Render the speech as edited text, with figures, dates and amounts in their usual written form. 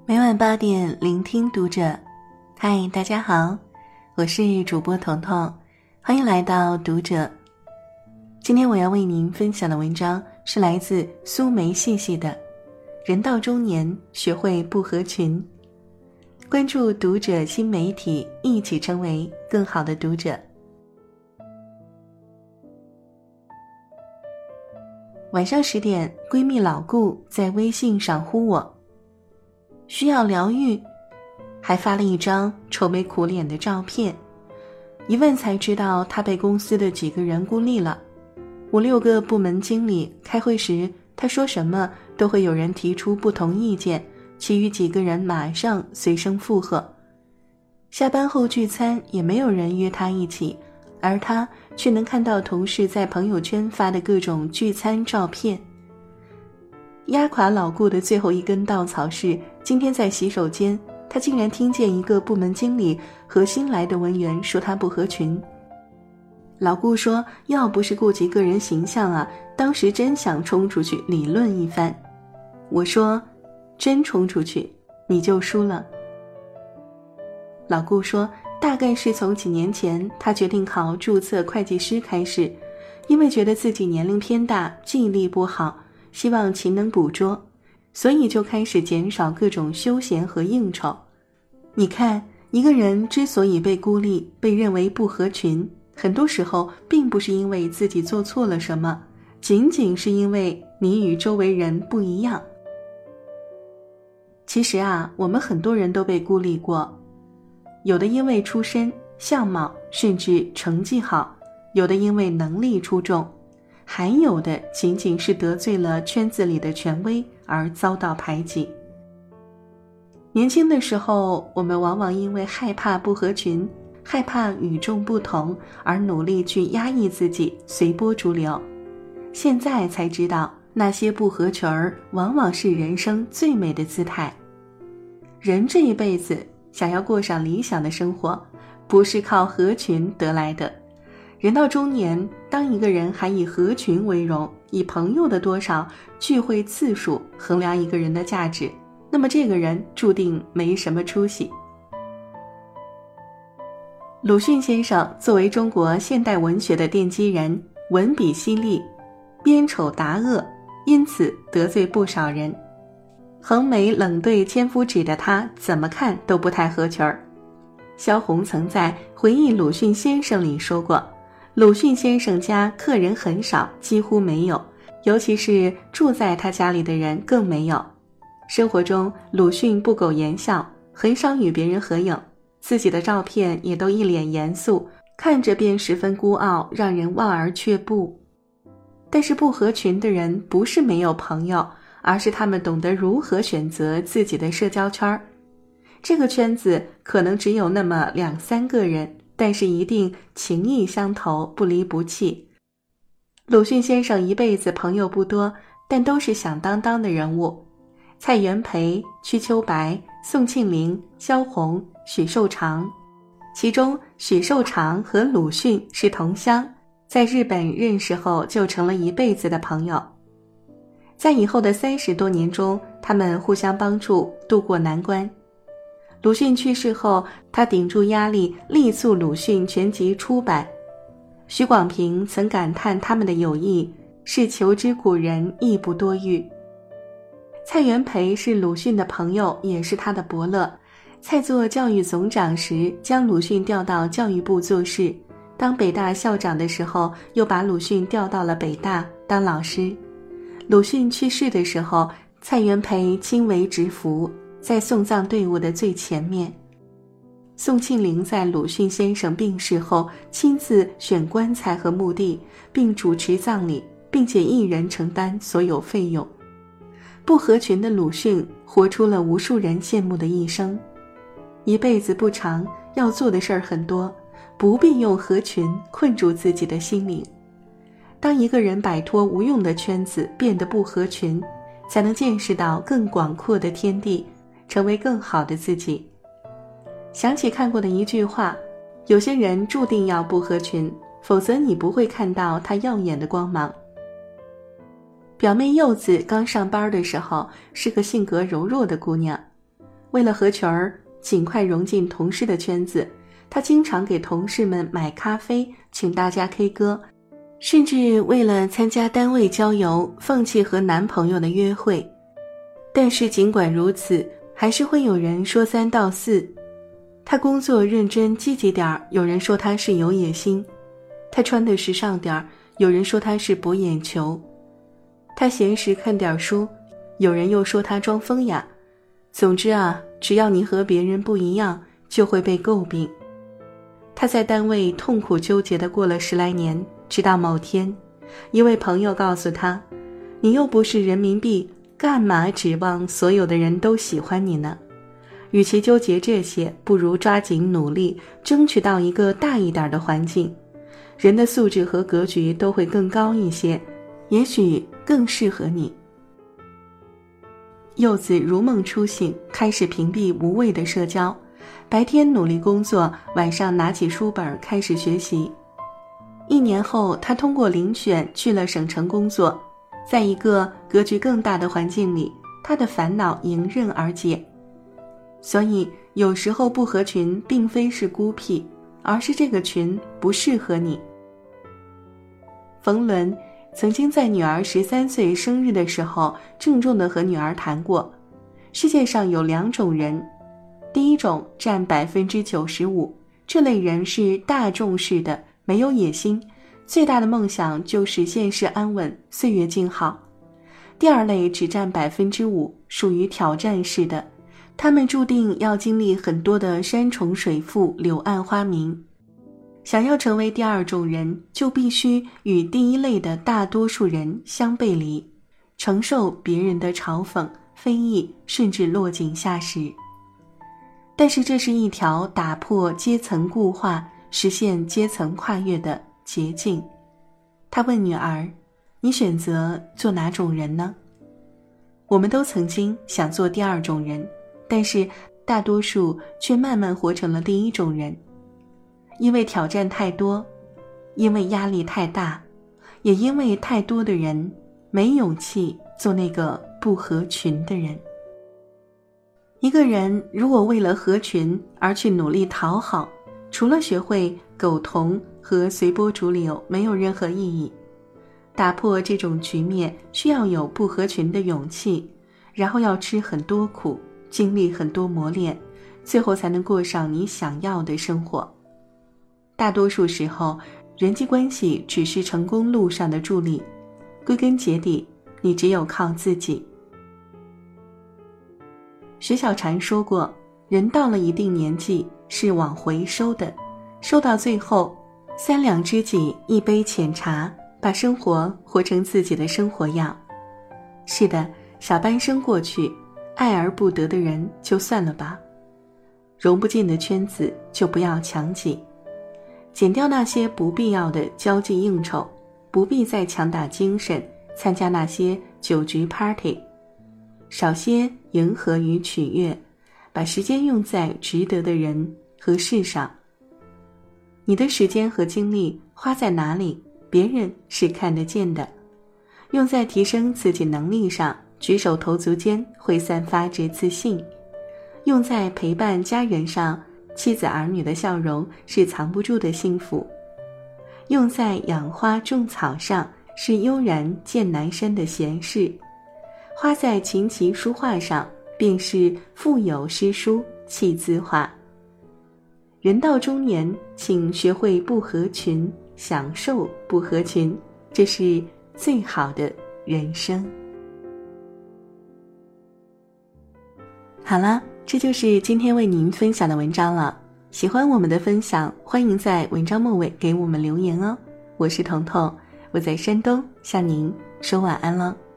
每晚8点，聆听读者。嗨，大家好，我是主播彤彤，欢迎来到读者。今天我要为您分享的文章是来自苏梅细细的人到中年，学会不合群。关注读者新媒体，一起成为更好的读者。晚上10点，闺蜜老顾在微信上呼我，需要疗愈，还发了一张愁眉苦脸的照片。一问才知道她被公司的几个人孤立了，5、6个部门经理开会时，她说什么都会有人提出不同意见，其余几个人马上随声附和。下班后聚餐也没有人约她一起，而她却能看到同事在朋友圈发的各种聚餐照片。压垮老顾的最后一根稻草是，今天在洗手间，他竟然听见一个部门经理和新来的文员说他不合群。老顾说，要不是顾及个人形象啊，当时真想冲出去理论一番。我说，真冲出去你就输了。老顾说，大概是从几年前他决定考注册会计师开始，因为觉得自己年龄偏大，记忆力不好，希望勤能补拙，所以就开始减少各种休闲和应酬。你看，一个人之所以被孤立，被认为不合群，很多时候并不是因为自己做错了什么，仅仅是因为你与周围人不一样。其实啊，我们很多人都被孤立过，有的因为出身、相貌甚至成绩好，有的因为能力出众，还有的仅仅是得罪了圈子里的权威而遭到排挤。年轻的时候，我们往往因为害怕不合群，害怕与众不同，而努力去压抑自己，随波逐流。现在才知道，那些不合群儿往往是人生最美的姿态。人这一辈子想要过上理想的生活，不是靠合群得来的。人到中年，当一个人还以合群为荣，以朋友的多少、聚会次数衡量一个人的价值，那么这个人注定没什么出息。鲁迅先生作为中国现代文学的奠基人，文笔犀利，编丑达恶，因此得罪不少人。横眉冷对千夫指的他，怎么看都不太合群儿。萧红曾在回忆鲁迅先生里说过，鲁迅先生家客人很少，几乎没有，尤其是住在他家里的人更没有。生活中，鲁迅不苟言笑，很少与别人合影，自己的照片也都一脸严肃，看着便十分孤傲，让人望而却步。但是不合群的人不是没有朋友，而是他们懂得如何选择自己的社交圈。这个圈子可能只有那么2、3个人，但是一定情谊相投，不离不弃。鲁迅先生一辈子朋友不多，但都是响当当的人物。蔡元培、瞿秋白、宋庆龄、萧红、许寿裳，其中许寿裳和鲁迅是同乡，在日本认识后就成了一辈子的朋友。在以后的30多年中，他们互相帮助，渡过难关。鲁迅去世后，他顶住压力，力促鲁迅全集出版。许广平曾感叹他们的友谊是求之古人，亦不多遇。蔡元培是鲁迅的朋友，也是他的伯乐。蔡做教育总长时，将鲁迅调到教育部做事，当北大校长的时候，又把鲁迅调到了北大当老师。鲁迅去世的时候，蔡元培亲为执服，在送葬队伍的最前面。宋庆龄在鲁迅先生病逝后，亲自选棺材和墓地，并主持葬礼，并且一人承担所有费用。不合群的鲁迅活出了无数人羡慕的一生。一辈子不长，要做的事儿很多，不必用合群困住自己的心灵。当一个人摆脱无用的圈子，变得不合群，才能见识到更广阔的天地，成为更好的自己。想起看过的一句话，有些人注定要不合群，否则你不会看到他耀眼的光芒。表妹柚子刚上班的时候，是个性格柔弱的姑娘。 为了合群儿，尽快融进同事的圈子，她经常给同事们买咖啡，请大家 K 歌，甚至为了参加单位郊游，放弃和男朋友的约会。但是尽管如此，还是会有人说三道四。她工作认真积极点儿，有人说她是有野心；她穿的时尚点儿，有人说她是博眼球；她闲时看点书，有人又说她装风雅。总之啊，只要你和别人不一样，就会被诟病。她在单位痛苦纠结地过了10来年，直到某天，一位朋友告诉她，你又不是人民币，干嘛指望所有的人都喜欢你呢？与其纠结这些，不如抓紧努力，争取到一个大一点的环境，人的素质和格局都会更高一些，也许更适合你。柚子如梦初醒，开始屏蔽无谓的社交，白天努力工作，晚上拿起书本开始学习。1年后，他通过遴选去了省城工作，在一个格局更大的环境里，他的烦恼迎刃而解。所以有时候不合群并非是孤僻，而是这个群不适合你。冯仑曾经在女儿13岁生日的时候郑重地和女儿谈过，世界上有2种人，第一种占95%，这类人是大众式的，没有野心，最大的梦想就是现世安稳，岁月静好。第二类只占5%，属于挑战式的，他们注定要经历很多的山重水复，柳暗花明。想要成为第2种人，就必须与第一类的大多数人相背离，承受别人的嘲讽、非议，甚至落井下石。但是这是一条打破阶层固化，实现阶层跨越的捷径。他问女儿，你选择做哪种人呢？我们都曾经想做第2种人，但是大多数却慢慢活成了第1种人。因为挑战太多，因为压力太大，也因为太多的人没勇气做那个不合群的人。一个人如果为了合群而去努力讨好，除了学会苟同和随波逐流，没有任何意义。打破这种局面需要有不合群的勇气，然后要吃很多苦，经历很多磨练，最后才能过上你想要的生活。大多数时候，人际关系只是成功路上的助力，归根结底，你只有靠自己。薛小禅说过，人到了一定年纪是往回收的，收到最后，3两知己一杯浅茶，把生活活成自己的生活样。是的，小半生过去，爱而不得的人就算了吧，融不进的圈子就不要强挤，减掉那些不必要的交际应酬，不必再强打精神参加那些酒局 party， 少些迎合与取悦，把时间用在值得的人和事上。你的时间和精力花在哪里，别人是看得见的。用在提升自己能力上，举手投足间会散发着自信。用在陪伴家人上，妻子儿女的笑容是藏不住的幸福。用在养花种草上，是悠然见南山的闲事。花在琴棋书画上，便是腹有诗书气自华。人到中年，请学会不合群，享受不合群，这是最好的人生。好了，这就是今天为您分享的文章了。喜欢我们的分享，欢迎在文章末尾给我们留言哦。我是彤彤，我在山东向您说晚安了。